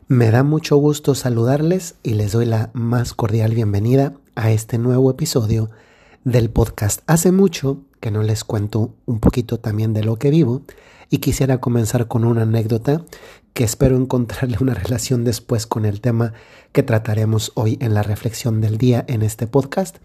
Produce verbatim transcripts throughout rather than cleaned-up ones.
Me da mucho gusto saludarles y les doy la más cordial bienvenida a este nuevo episodio del podcast. Hace mucho que no les cuento un poquito también de lo que vivo y quisiera comenzar con una anécdota que espero encontrarle una relación después con el tema que trataremos hoy en la reflexión del día en este podcast.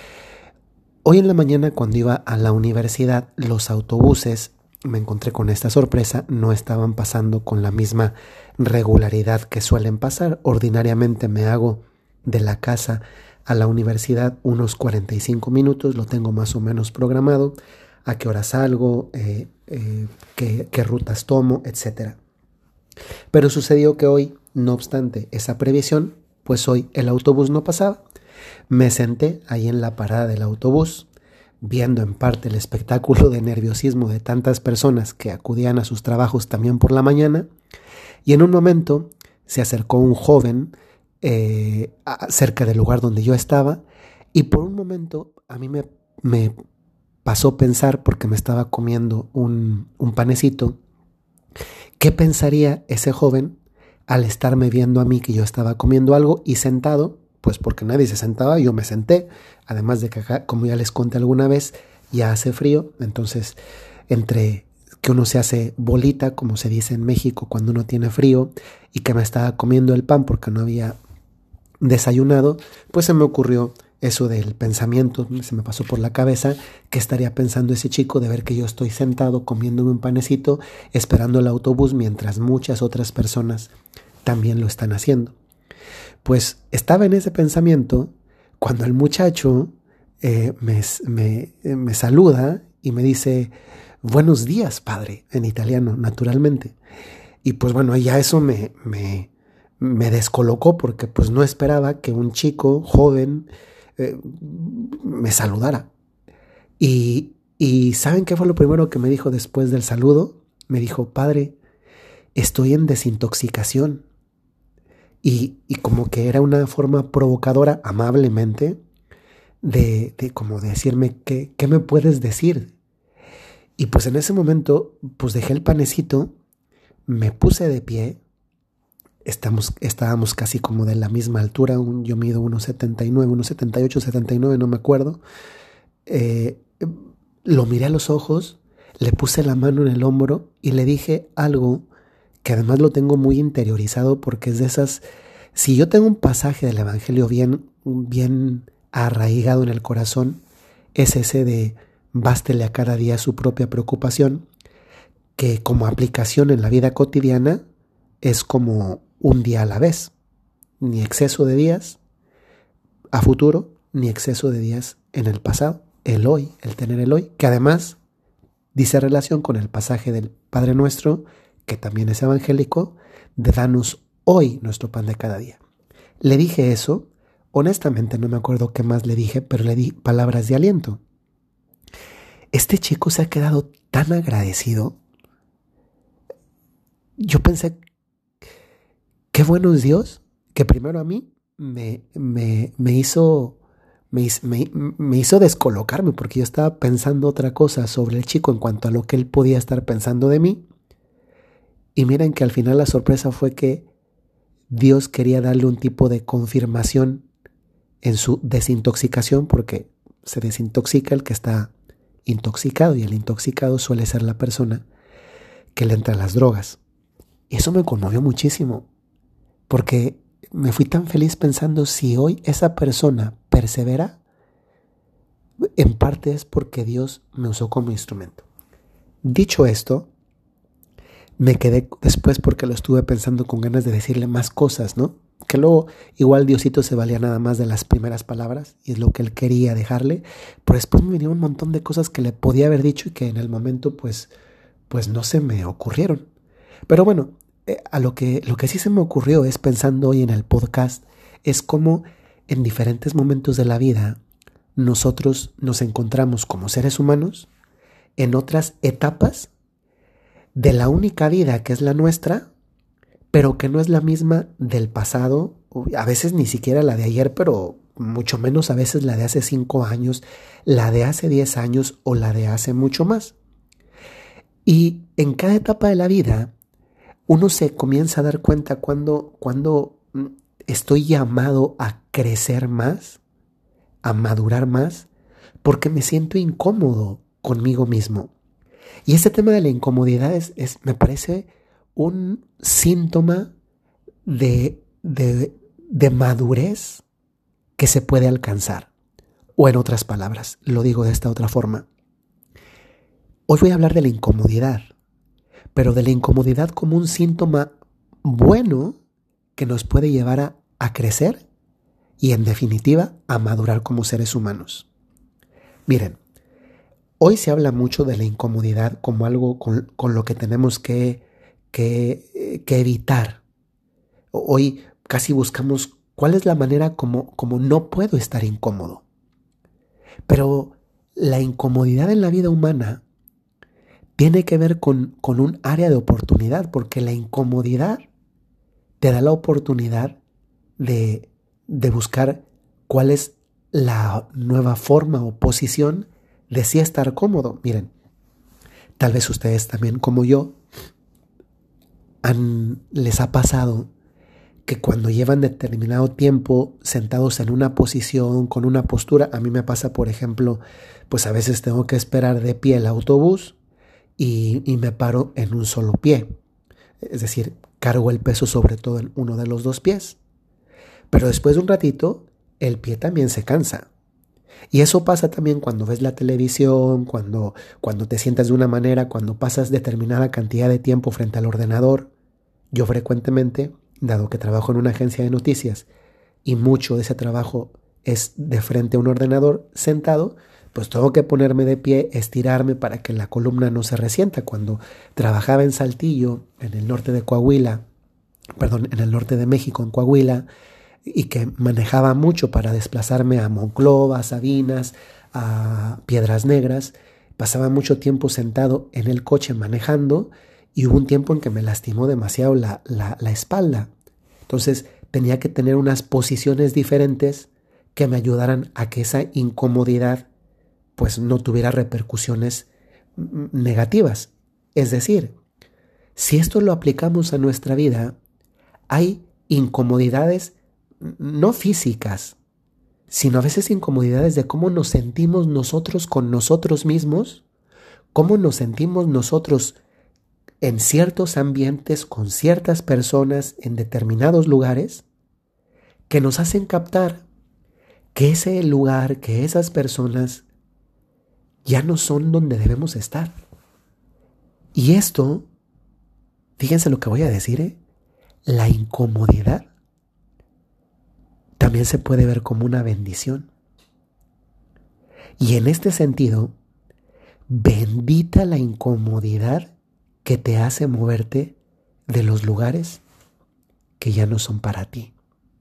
Hoy en la mañana, cuando iba a la universidad, los autobuses, me encontré con esta sorpresa, no estaban pasando con la misma regularidad que suelen pasar. Ordinariamente me hago de la casa a la universidad unos cuarenta y cinco minutos, lo tengo más o menos programado, a qué hora salgo, eh, eh, qué, qué rutas tomo, etcétera. Pero sucedió que hoy, no obstante esa previsión, pues hoy el autobús no pasaba. Me senté ahí en la parada del autobús, viendo en parte el espectáculo de nerviosismo de tantas personas que acudían a sus trabajos también por la mañana, y en un momento se acercó un joven eh, a, cerca del lugar donde yo estaba, y por un momento a mí me, me pasó pensar, porque me estaba comiendo un, un panecito, ¿qué pensaría ese joven al estarme viendo a mí que yo estaba comiendo algo y sentado? Pues porque nadie se sentaba, yo me senté, además de que acá, como ya les conté alguna vez, ya hace frío, entonces entre que uno se hace bolita, como se dice en México cuando uno tiene frío, y que me estaba comiendo el pan porque no había desayunado, pues se me ocurrió eso del pensamiento, se me pasó por la cabeza, ¿qué estaría pensando ese chico de ver que yo estoy sentado comiéndome un panecito, esperando el autobús, mientras muchas otras personas también lo están haciendo? Pues estaba en ese pensamiento cuando el muchacho eh, me, me, me saluda y me dice, buenos días, padre, en italiano, naturalmente. Y pues bueno, ya eso me, me, me descolocó porque pues no esperaba que un chico joven eh, me saludara. Y, y ¿saben qué fue lo primero que me dijo después del saludo? Me dijo, padre, estoy en desintoxicación. Y, y como que era una forma provocadora, amablemente, de, de como decirme, ¿qué, ¿qué me puedes decir? Y pues en ese momento, pues dejé el panecito, me puse de pie, estamos, estábamos casi como de la misma altura, un, yo mido uno setenta y nueve, uno setenta y ocho, setenta y nueve, no me acuerdo, eh, lo miré a los ojos, le puse la mano en el hombro y le dije algo que además lo tengo muy interiorizado porque es de esas, si yo tengo un pasaje del Evangelio bien, bien arraigado en el corazón, es ese de bástele a cada día su propia preocupación, que como aplicación en la vida cotidiana es como un día a la vez, ni exceso de días a futuro, ni exceso de días en el pasado, el hoy, el tener el hoy, que además dice relación con el pasaje del Padre Nuestro, que también es evangélico, de danos hoy nuestro pan de cada día. Le dije eso, honestamente no me acuerdo qué más le dije, pero le di palabras de aliento. Este chico se ha quedado tan agradecido. Yo pensé, qué bueno es Dios, que primero a mí me, me, me hizo... Me, me, me hizo descolocarme porque yo estaba pensando otra cosa sobre el chico en cuanto a lo que él podía estar pensando de mí. Y miren que al final la sorpresa fue que Dios quería darle un tipo de confirmación en su desintoxicación, porque se desintoxica el que está intoxicado, y el intoxicado suele ser la persona que le entra las drogas. Y eso me conmovió muchísimo, porque me fui tan feliz pensando, si hoy esa persona persevera, en parte es porque Dios me usó como instrumento. Dicho esto, me quedé después porque lo estuve pensando con ganas de decirle más cosas, ¿no? Que luego igual Diosito se valía nada más de las primeras palabras y es lo que él quería dejarle, pero después me vinieron un montón de cosas que le podía haber dicho y que en el momento pues, pues no se me ocurrieron. Pero bueno, eh, a lo que, lo que sí se me ocurrió es, pensando hoy en el podcast, es cómo en diferentes momentos de la vida nosotros nos encontramos como seres humanos en otras etapas de la única vida que es la nuestra, pero que no es la misma del pasado, a veces ni siquiera la de ayer, pero mucho menos a veces la de hace cinco años, la de hace diez años o la de hace mucho más. Y en cada etapa de la vida uno se comienza a dar cuenta cuando, cuando estoy llamado a crecer más, a madurar más, porque me siento incómodo conmigo mismo. Y este tema de la incomodidad es, es me parece un síntoma de, de, de madurez que se puede alcanzar. O en otras palabras, lo digo de esta otra forma. Hoy voy a hablar de la incomodidad, pero de la incomodidad como un síntoma bueno que nos puede llevar a, a crecer y, en definitiva, a madurar como seres humanos. Miren, hoy se habla mucho de la incomodidad como algo con, con lo que tenemos que, que, que evitar. Hoy casi buscamos cuál es la manera como, como no puedo estar incómodo. Pero la incomodidad en la vida humana tiene que ver con, con un área de oportunidad, porque la incomodidad te da la oportunidad de, de buscar cuál es la nueva forma o posición de sí estar cómodo. Miren, tal vez ustedes también como yo han, les ha pasado que cuando llevan determinado tiempo sentados en una posición, con una postura, a mí me pasa, por ejemplo, pues a veces tengo que esperar de pie el autobús y, y me paro en un solo pie. Es decir, cargo el peso sobre todo en uno de los dos pies. Pero después de un ratito, el pie también se cansa. Y eso pasa también cuando ves la televisión, cuando, cuando te sientas de una manera, cuando pasas determinada cantidad de tiempo frente al ordenador. Yo frecuentemente, dado que trabajo en una agencia de noticias y mucho de ese trabajo es de frente a un ordenador sentado, pues tengo que ponerme de pie, estirarme para que la columna no se resienta. Cuando trabajaba en Saltillo, en el norte de Coahuila, perdón, en el norte de México, en Coahuila, y que manejaba mucho para desplazarme a Monclova, a Sabinas, a Piedras Negras, pasaba mucho tiempo sentado en el coche manejando y hubo un tiempo en que me lastimó demasiado la, la, la espalda. Entonces tenía que tener unas posiciones diferentes que me ayudaran a que esa incomodidad pues no tuviera repercusiones negativas. Es decir, si esto lo aplicamos a nuestra vida, hay incomodidades no físicas, sino a veces incomodidades de cómo nos sentimos nosotros con nosotros mismos, cómo nos sentimos nosotros en ciertos ambientes, con ciertas personas, en determinados lugares, que nos hacen captar que ese lugar, que esas personas ya no son donde debemos estar. Y esto, fíjense lo que voy a decir, ¿eh? La incomodidad también se puede ver como una bendición. Y en este sentido, bendita la incomodidad que te hace moverte de los lugares que ya no son para ti.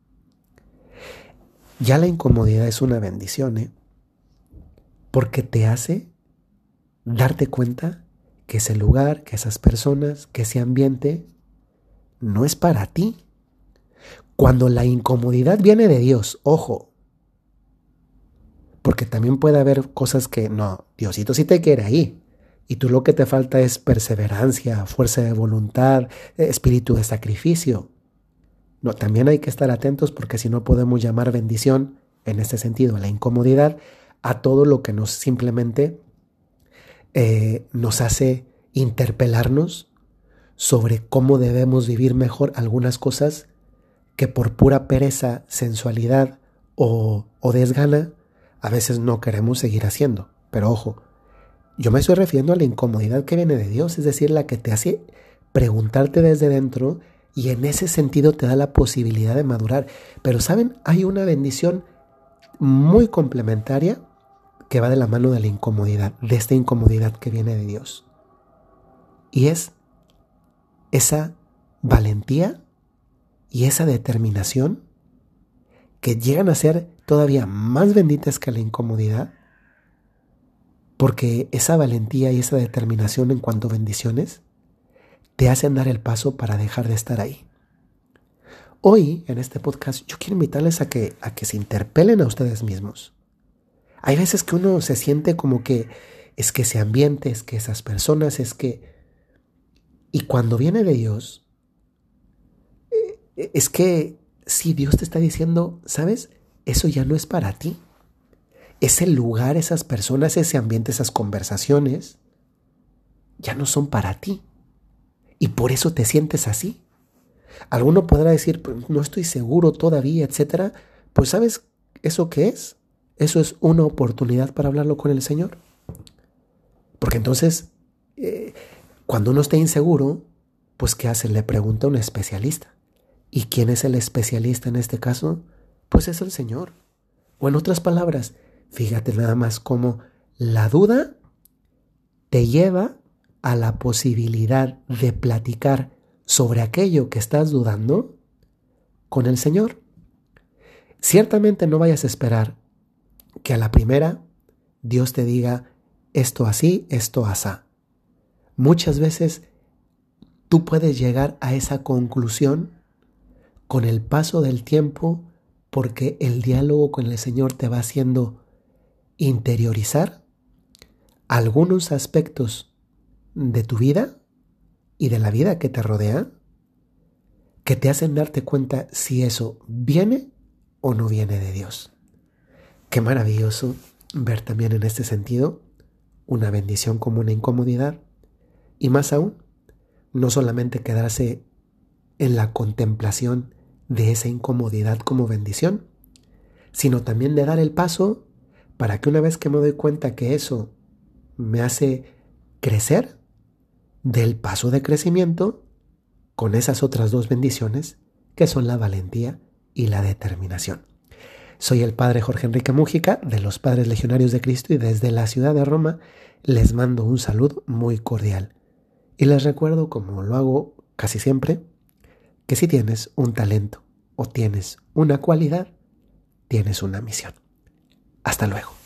Ya la incomodidad es una bendición, ¿eh? Porque te hace darte cuenta que ese lugar, que esas personas, que ese ambiente no es para ti. Cuando la incomodidad viene de Dios, ojo, porque también puede haber cosas que no, Diosito sí te quiere ahí, y tú lo que te falta es perseverancia, fuerza de voluntad, espíritu de sacrificio. No, también hay que estar atentos porque si no podemos llamar bendición, en este sentido, la incomodidad, a todo lo que nos simplemente eh, nos hace interpelarnos sobre cómo debemos vivir mejor algunas cosas que por pura pereza, sensualidad o, o desgana, a veces no queremos seguir haciendo. Pero ojo, yo me estoy refiriendo a la incomodidad que viene de Dios, es decir, la que te hace preguntarte desde dentro y en ese sentido te da la posibilidad de madurar. Pero ¿saben? Hay una bendición muy complementaria que va de la mano de la incomodidad, de esta incomodidad que viene de Dios. Y es esa valentía y esa determinación que llegan a ser todavía más benditas que la incomodidad, porque esa valentía y esa determinación en cuanto a bendiciones te hacen dar el paso para dejar de estar ahí. Hoy, en este podcast, yo quiero invitarles a que, a que se interpelen a ustedes mismos. Hay veces que uno se siente como que es que ese ambiente, es que esas personas, es que... Y cuando viene de Dios, Es que si Dios te está diciendo, ¿sabes? Eso ya no es para ti. Ese lugar, esas personas, ese ambiente, esas conversaciones, ya no son para ti. Y por eso te sientes así. Alguno podrá decir, pues no estoy seguro todavía, etcétera. Pues ¿sabes eso qué es? Eso es una oportunidad para hablarlo con el Señor. Porque entonces, eh, cuando uno esté inseguro, pues ¿qué hace? Le pregunta a un especialista. ¿Y quién es el especialista en este caso? Pues es el Señor. O en otras palabras, fíjate nada más cómo la duda te lleva a la posibilidad de platicar sobre aquello que estás dudando con el Señor. Ciertamente no vayas a esperar que a la primera Dios te diga esto así, esto asá. Muchas veces tú puedes llegar a esa conclusión con el paso del tiempo, porque el diálogo con el Señor te va haciendo interiorizar algunos aspectos de tu vida y de la vida que te rodea, que te hacen darte cuenta si eso viene o no viene de Dios. Qué maravilloso ver también en este sentido una bendición como una incomodidad, y más aún, no solamente quedarse en la contemplación de esa incomodidad como bendición, sino también de dar el paso para que una vez que me doy cuenta que eso me hace crecer, del paso de crecimiento con esas otras dos bendiciones que son la valentía y la determinación. Soy el Padre Jorge Enrique Mújica de los Padres Legionarios de Cristo, y desde la ciudad de Roma les mando un saludo muy cordial. Y les recuerdo, como lo hago casi siempre, que si tienes un talento o tienes una cualidad, tienes una misión. Hasta luego.